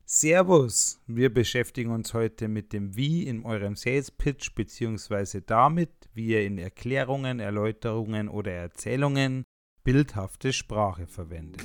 Servus! Wir beschäftigen uns heute mit dem Wie in eurem Sales Pitch bzw. damit, wie ihr in Erklärungen, Erläuterungen oder Erzählungen bildhafte Sprache verwendet.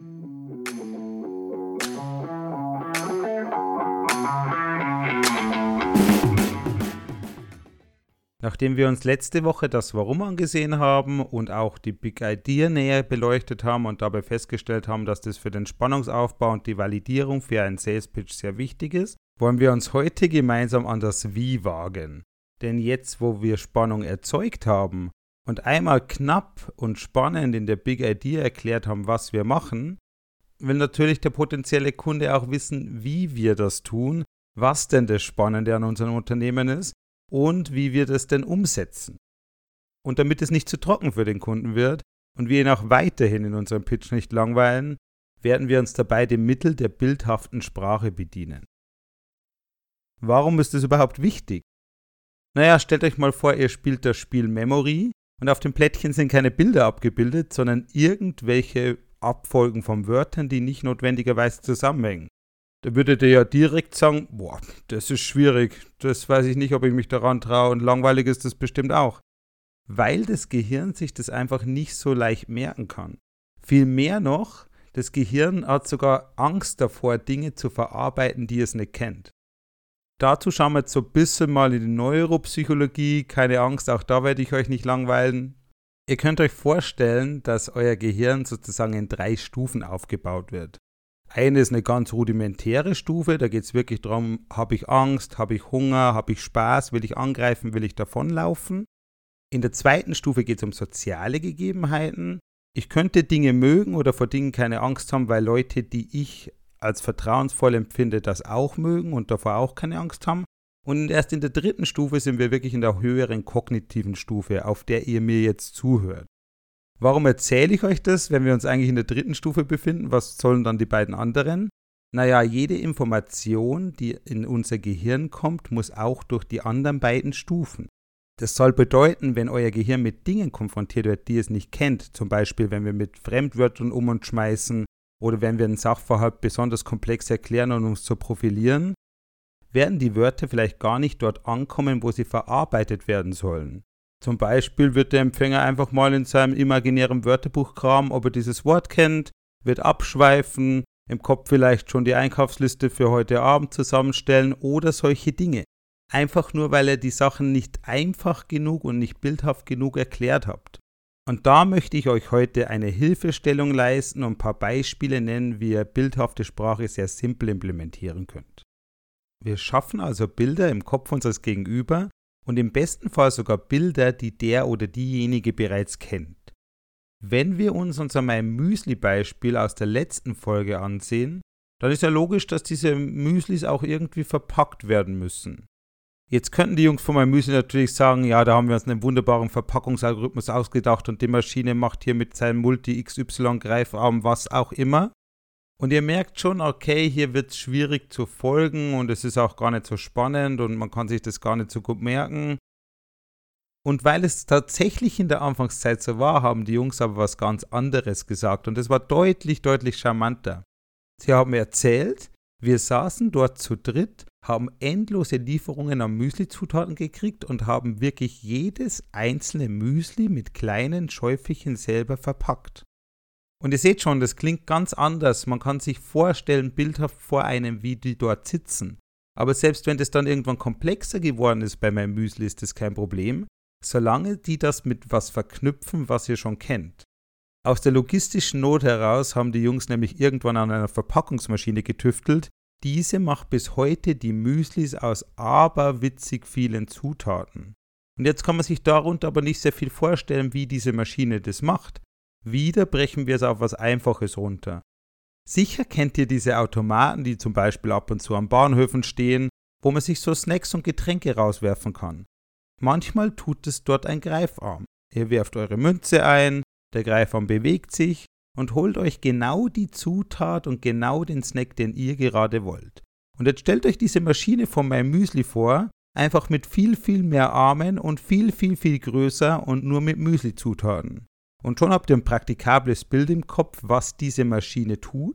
Nachdem wir uns letzte Woche das Warum angesehen haben und auch die Big Idea näher beleuchtet haben und dabei festgestellt haben, dass das für den Spannungsaufbau und die Validierung für einen Sales Pitch sehr wichtig ist, wollen wir uns heute gemeinsam an das Wie wagen. Denn jetzt, wo wir Spannung erzeugt haben und einmal knapp und spannend in der Big Idea erklärt haben, was wir machen, will natürlich der potenzielle Kunde auch wissen, wie wir das tun, was denn das Spannende an unserem Unternehmen ist und wie wir das denn umsetzen. Und damit es nicht zu trocken für den Kunden wird und wir ihn auch weiterhin in unserem Pitch nicht langweilen, werden wir uns dabei dem Mittel der bildhaften Sprache bedienen. Warum ist das überhaupt wichtig? Naja, stellt euch mal vor, ihr spielt das Spiel Memory und auf dem Plättchen sind keine Bilder abgebildet, sondern irgendwelche Abfolgen von Wörtern, die nicht notwendigerweise zusammenhängen. Da würdet ihr ja direkt sagen, boah, das ist schwierig, das weiß ich nicht, ob ich mich daran traue und langweilig ist das bestimmt auch. Weil das Gehirn sich das einfach nicht so leicht merken kann. Viel mehr noch, das Gehirn hat sogar Angst davor, Dinge zu verarbeiten, die es nicht kennt. Dazu schauen wir jetzt so ein bisschen mal in die Neuropsychologie, keine Angst, auch da werde ich euch nicht langweilen. Ihr könnt euch vorstellen, dass euer Gehirn sozusagen in 3 Stufen aufgebaut wird. Eine ist eine ganz rudimentäre Stufe, da geht es wirklich darum, habe ich Angst, habe ich Hunger, habe ich Spaß, will ich angreifen, will ich davonlaufen. In der zweiten Stufe geht es um soziale Gegebenheiten. Ich könnte Dinge mögen oder vor Dingen keine Angst haben, weil Leute, die ich als vertrauensvoll empfinde, das auch mögen und davor auch keine Angst haben. Und erst in der dritten Stufe sind wir wirklich in der höheren kognitiven Stufe, auf der ihr mir jetzt zuhört. Warum erzähle ich euch das, wenn wir uns eigentlich in der dritten Stufe befinden? Was sollen dann die beiden anderen? Naja, jede Information, die in unser Gehirn kommt, muss auch durch die anderen beiden Stufen. Das soll bedeuten, wenn euer Gehirn mit Dingen konfrontiert wird, die es nicht kennt, zum Beispiel wenn wir mit Fremdwörtern um uns schmeißen oder wenn wir einen Sachverhalt besonders komplex erklären und uns so profilieren, werden die Wörter vielleicht gar nicht dort ankommen, wo sie verarbeitet werden sollen. Zum Beispiel wird der Empfänger einfach mal in seinem imaginären Wörterbuch kramen, ob er dieses Wort kennt, wird abschweifen, im Kopf vielleicht schon die Einkaufsliste für heute Abend zusammenstellen oder solche Dinge. Einfach nur, weil ihr die Sachen nicht einfach genug und nicht bildhaft genug erklärt habt. Und da möchte ich euch heute eine Hilfestellung leisten und ein paar Beispiele nennen, wie ihr bildhafte Sprache sehr simpel implementieren könnt. Wir schaffen also Bilder im Kopf unseres Gegenüber, und im besten Fall sogar Bilder, die der oder diejenige bereits kennt. Wenn wir uns unser Müsli-Beispiel aus der letzten Folge ansehen, dann ist ja logisch, dass diese Müslis auch irgendwie verpackt werden müssen. Jetzt könnten die Jungs von Müsli natürlich sagen, ja, da haben wir uns einen wunderbaren Verpackungsalgorithmus ausgedacht und die Maschine macht hier mit seinem Multi-XY-Greifarm was auch immer. Und ihr merkt schon, okay, hier wird es schwierig zu folgen und es ist auch gar nicht so spannend und man kann sich das gar nicht so gut merken. Und weil es tatsächlich in der Anfangszeit so war, haben die Jungs aber was ganz anderes gesagt und es war deutlich, deutlich charmanter. Sie haben erzählt, wir saßen dort zu dritt, haben endlose Lieferungen an Müsli-Zutaten gekriegt und haben wirklich jedes einzelne Müsli mit kleinen Schäufelchen selber verpackt. Und ihr seht schon, das klingt ganz anders. Man kann sich vorstellen, bildhaft vor einem, wie die dort sitzen. Aber selbst wenn das dann irgendwann komplexer geworden ist bei meinem Müsli, ist das kein Problem, solange die das mit was verknüpfen, was ihr schon kennt. Aus der logistischen Not heraus haben die Jungs nämlich irgendwann an einer Verpackungsmaschine getüftelt. Diese macht bis heute die Müslis aus aberwitzig vielen Zutaten. Und jetzt kann man sich darunter aber nicht sehr viel vorstellen, wie diese Maschine das macht. Wieder brechen wir es auf was Einfaches runter. Sicher kennt ihr diese Automaten, die zum Beispiel ab und zu an Bahnhöfen stehen, wo man sich so Snacks und Getränke rauswerfen kann. Manchmal tut es dort ein Greifarm. Ihr werft eure Münze ein, der Greifarm bewegt sich und holt euch genau die Zutat und genau den Snack, den ihr gerade wollt. Und jetzt stellt euch diese Maschine von meinem Müsli vor, einfach mit viel, viel mehr Armen und viel, viel, viel größer und nur mit Müsli-Zutaten. Und schon habt ihr ein praktikables Bild im Kopf, was diese Maschine tut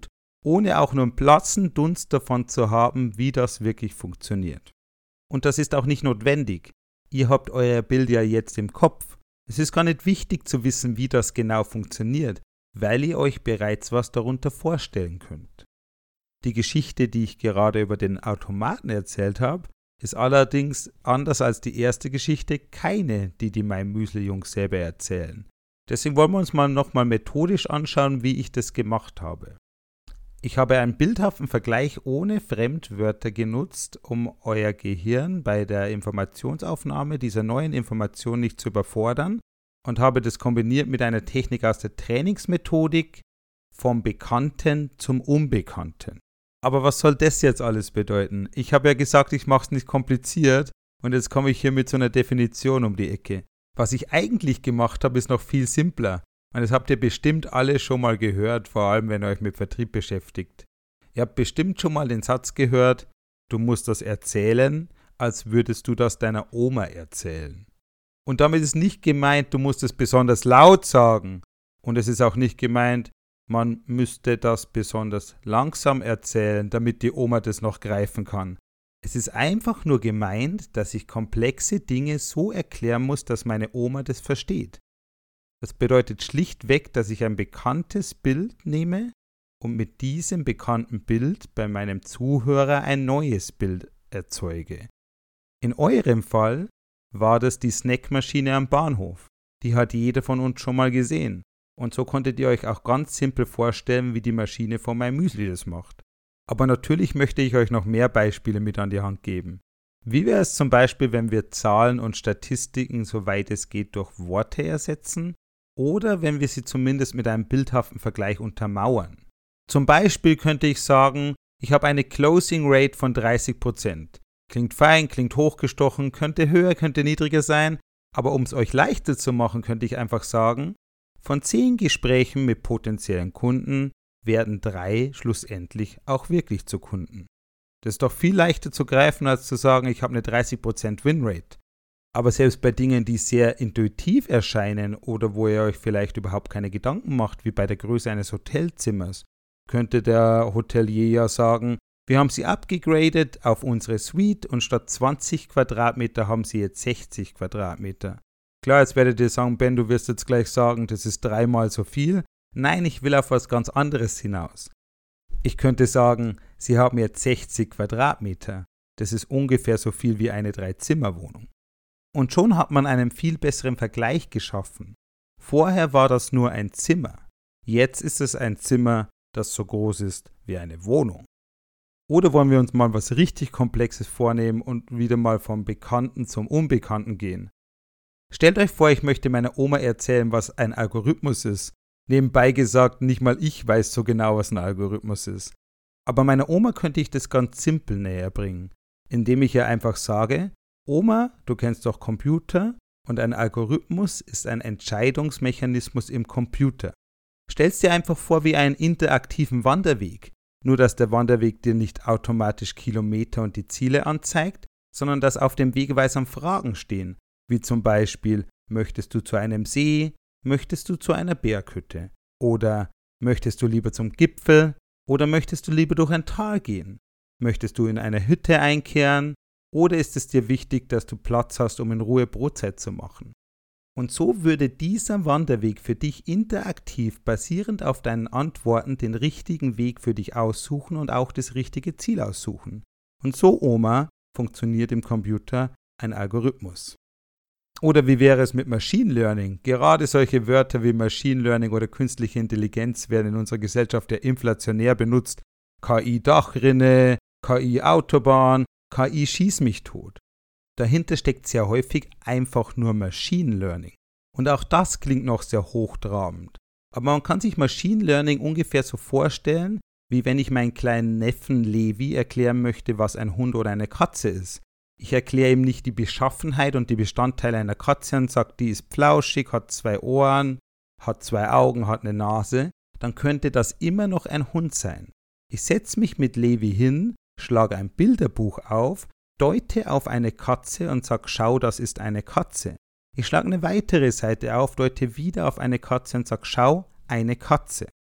ohne auch nur einen blassen Dunst davon zu haben, wie das wirklich funktioniert. Und das ist auch nicht notwendig. Ihr habt euer Bild ja jetzt im Kopf. Es ist gar nicht wichtig zu wissen, wie das genau funktioniert, weil ihr euch bereits was darunter vorstellen könnt. Die Geschichte, die ich gerade über den Automaten erzählt habe, ist allerdings anders als die erste Geschichte keine, die Mein-Müsli-Jungs selber erzählen. Deswegen wollen wir uns nochmal methodisch anschauen, wie ich das gemacht habe. Ich habe einen bildhaften Vergleich ohne Fremdwörter genutzt, um euer Gehirn bei der Informationsaufnahme dieser neuen Information nicht zu überfordern und habe das kombiniert mit einer Technik aus der Trainingsmethodik vom Bekannten zum Unbekannten. Aber was soll das jetzt alles bedeuten? Ich habe ja gesagt, ich mache es nicht kompliziert und jetzt komme ich hier mit so einer Definition um die Ecke. Was ich eigentlich gemacht habe, ist noch viel simpler. Und das habt ihr bestimmt alle schon mal gehört, vor allem wenn ihr euch mit Vertrieb beschäftigt. Ihr habt bestimmt schon mal den Satz gehört, du musst das erzählen, als würdest du das deiner Oma erzählen. Und damit ist nicht gemeint, du musst es besonders laut sagen. Und es ist auch nicht gemeint, man müsste das besonders langsam erzählen, damit die Oma das noch greifen kann. Es ist einfach nur gemeint, dass ich komplexe Dinge so erklären muss, dass meine Oma das versteht. Das bedeutet schlichtweg, dass ich ein bekanntes Bild nehme und mit diesem bekannten Bild bei meinem Zuhörer ein neues Bild erzeuge. In eurem Fall war das die Snackmaschine am Bahnhof. Die hat jeder von uns schon mal gesehen. Und so konntet ihr euch auch ganz simpel vorstellen, wie die Maschine von Mein-Müsli das macht. Aber natürlich möchte ich euch noch mehr Beispiele mit an die Hand geben. Wie wäre es zum Beispiel, wenn wir Zahlen und Statistiken, soweit es geht, durch Worte ersetzen? Oder wenn wir sie zumindest mit einem bildhaften Vergleich untermauern? Zum Beispiel könnte ich sagen, ich habe eine Closing Rate von 30%. Klingt fein, klingt hochgestochen, könnte höher, könnte niedriger sein, aber um es euch leichter zu machen, könnte ich einfach sagen, von 10 Gesprächen mit potenziellen Kunden werden 3 schlussendlich auch wirklich zu Kunden. Das ist doch viel leichter zu greifen, als zu sagen, ich habe eine 30% Winrate. Aber selbst bei Dingen, die sehr intuitiv erscheinen oder wo ihr euch vielleicht überhaupt keine Gedanken macht, wie bei der Größe eines Hotelzimmers, könnte der Hotelier ja sagen, wir haben sie abgegradet auf unsere Suite und statt 20 Quadratmeter haben sie jetzt 60 Quadratmeter. Klar, jetzt werdet ihr sagen, Ben, du wirst jetzt gleich sagen, das ist 3-mal so viel. Nein, ich will auf was ganz anderes hinaus. Ich könnte sagen, sie haben jetzt 60 Quadratmeter. Das ist ungefähr so viel wie eine 3-Zimmer-Wohnung. Und schon hat man einen viel besseren Vergleich geschaffen. Vorher war das nur ein Zimmer. Jetzt ist es ein Zimmer, das so groß ist wie eine Wohnung. Oder wollen wir uns mal was richtig Komplexes vornehmen und wieder mal vom Bekannten zum Unbekannten gehen? Stellt euch vor, ich möchte meiner Oma erzählen, was ein Algorithmus ist. Nebenbei gesagt, nicht mal ich weiß so genau, was ein Algorithmus ist. Aber meiner Oma könnte ich das ganz simpel näher bringen, indem ich ihr einfach sage, Oma, du kennst doch Computer und ein Algorithmus ist ein Entscheidungsmechanismus im Computer. Stellst dir einfach vor wie einen interaktiven Wanderweg, nur dass der Wanderweg dir nicht automatisch Kilometer und die Ziele anzeigt, sondern dass auf dem Wegweisern Fragen stehen, wie zum Beispiel, möchtest du zu einem See, möchtest du zu einer Berghütte oder möchtest du lieber zum Gipfel oder möchtest du lieber durch ein Tal gehen, möchtest du in eine Hütte einkehren oder ist es dir wichtig, dass du Platz hast, um in Ruhe Brotzeit zu machen? Und so würde dieser Wanderweg für dich interaktiv basierend auf deinen Antworten den richtigen Weg für dich aussuchen und auch das richtige Ziel aussuchen. Und so, Oma, funktioniert im Computer ein Algorithmus. Oder wie wäre es mit Machine Learning? Gerade solche Wörter wie Machine Learning oder künstliche Intelligenz werden in unserer Gesellschaft ja inflationär benutzt. KI-Dachrinne, KI-Autobahn, KI schieß mich tot. Dahinter steckt sehr häufig einfach nur Machine Learning. Und auch das klingt noch sehr hochtrabend. Aber man kann sich Machine Learning ungefähr so vorstellen, wie wenn ich meinen kleinen Neffen Levi erklären möchte, was ein Hund oder eine Katze ist. Ich erkläre ihm nicht die Beschaffenheit und die Bestandteile einer Katze und sage, die ist flauschig, hat 2 Ohren, hat 2 Augen, hat eine Nase. Dann könnte das immer noch ein Hund sein. Ich setze mich mit Levi hin, schlage ein Bilderbuch auf, deute auf eine Katze und sage, schau, das ist eine Katze. Ich schlage eine weitere Seite auf, deute wieder auf eine Katze und sage, schau, eine Katze.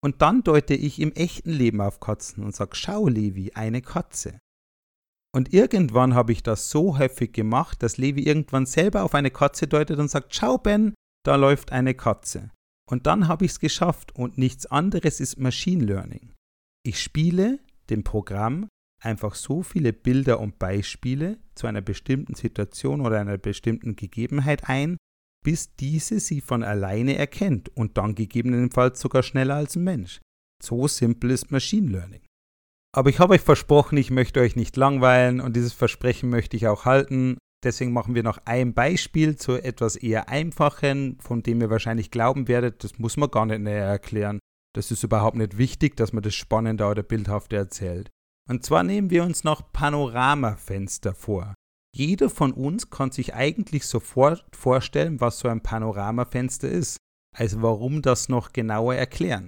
Und dann deute ich im echten Leben auf Katzen und sage, schau Levi, eine Katze. Und irgendwann habe ich das so häufig gemacht, dass Levi irgendwann selber auf eine Katze deutet und sagt, schau Ben, da läuft eine Katze. Und dann habe ich es geschafft und nichts anderes ist Machine Learning. Ich spiele dem Programm einfach so viele Bilder und Beispiele zu einer bestimmten Situation oder einer bestimmten Gegebenheit ein, bis diese sie von alleine erkennt und dann gegebenenfalls sogar schneller als ein Mensch. So simpel ist Machine Learning. Aber ich habe euch versprochen, ich möchte euch nicht langweilen und dieses Versprechen möchte ich auch halten. Deswegen machen wir noch ein Beispiel zu etwas eher Einfachen, von dem ihr wahrscheinlich glauben werdet, das muss man gar nicht näher erklären. Das ist überhaupt nicht wichtig, dass man das spannender oder bildhafter erzählt. Und zwar nehmen wir uns noch Panoramafenster vor. Jeder von uns kann sich eigentlich sofort vorstellen, was so ein Panoramafenster ist. Also warum das noch genauer erklären?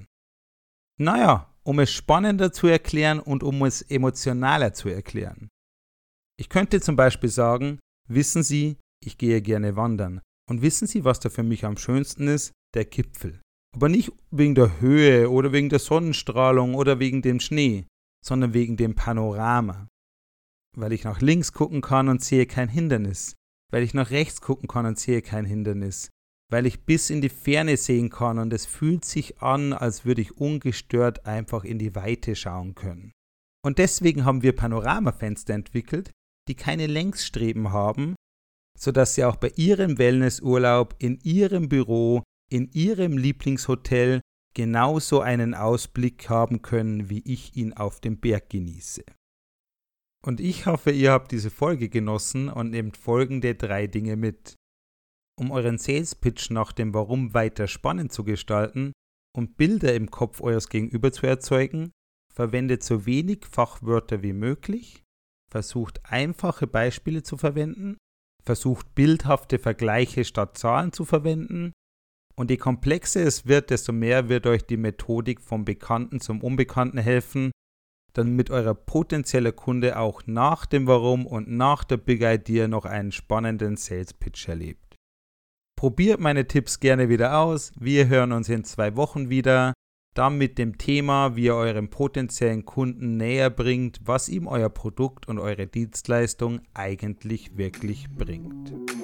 Naja, um es spannender zu erklären und um es emotionaler zu erklären. Ich könnte zum Beispiel sagen, wissen Sie, ich gehe gerne wandern. Und wissen Sie, was da für mich am schönsten ist? Der Gipfel. Aber nicht wegen der Höhe oder wegen der Sonnenstrahlung oder wegen dem Schnee, sondern wegen dem Panorama. Weil ich nach links gucken kann und sehe kein Hindernis. Weil ich nach rechts gucken kann und sehe kein Hindernis. Weil ich bis in die Ferne sehen kann und es fühlt sich an, als würde ich ungestört einfach in die Weite schauen können. Und deswegen haben wir Panoramafenster entwickelt, die keine Längsstreben haben, sodass Sie auch bei Ihrem Wellnessurlaub, in Ihrem Büro, in Ihrem Lieblingshotel genauso einen Ausblick haben können, wie ich ihn auf dem Berg genieße. Und ich hoffe, ihr habt diese Folge genossen und nehmt folgende 3 Dinge mit. Um euren Sales Pitch nach dem Warum weiter spannend zu gestalten und Bilder im Kopf eures Gegenüber zu erzeugen, verwendet so wenig Fachwörter wie möglich, versucht einfache Beispiele zu verwenden, versucht bildhafte Vergleiche statt Zahlen zu verwenden und je komplexer es wird, desto mehr wird euch die Methodik vom Bekannten zum Unbekannten helfen, damit euer potenzieller Kunde auch nach dem Warum und nach der Big Idea noch einen spannenden Sales Pitch erlebt. Probiert meine Tipps gerne wieder aus. Wir hören uns in 2 Wochen wieder. Dann mit dem Thema, wie ihr eurem potenziellen Kunden näher bringt, was ihm euer Produkt und eure Dienstleistung eigentlich wirklich bringt.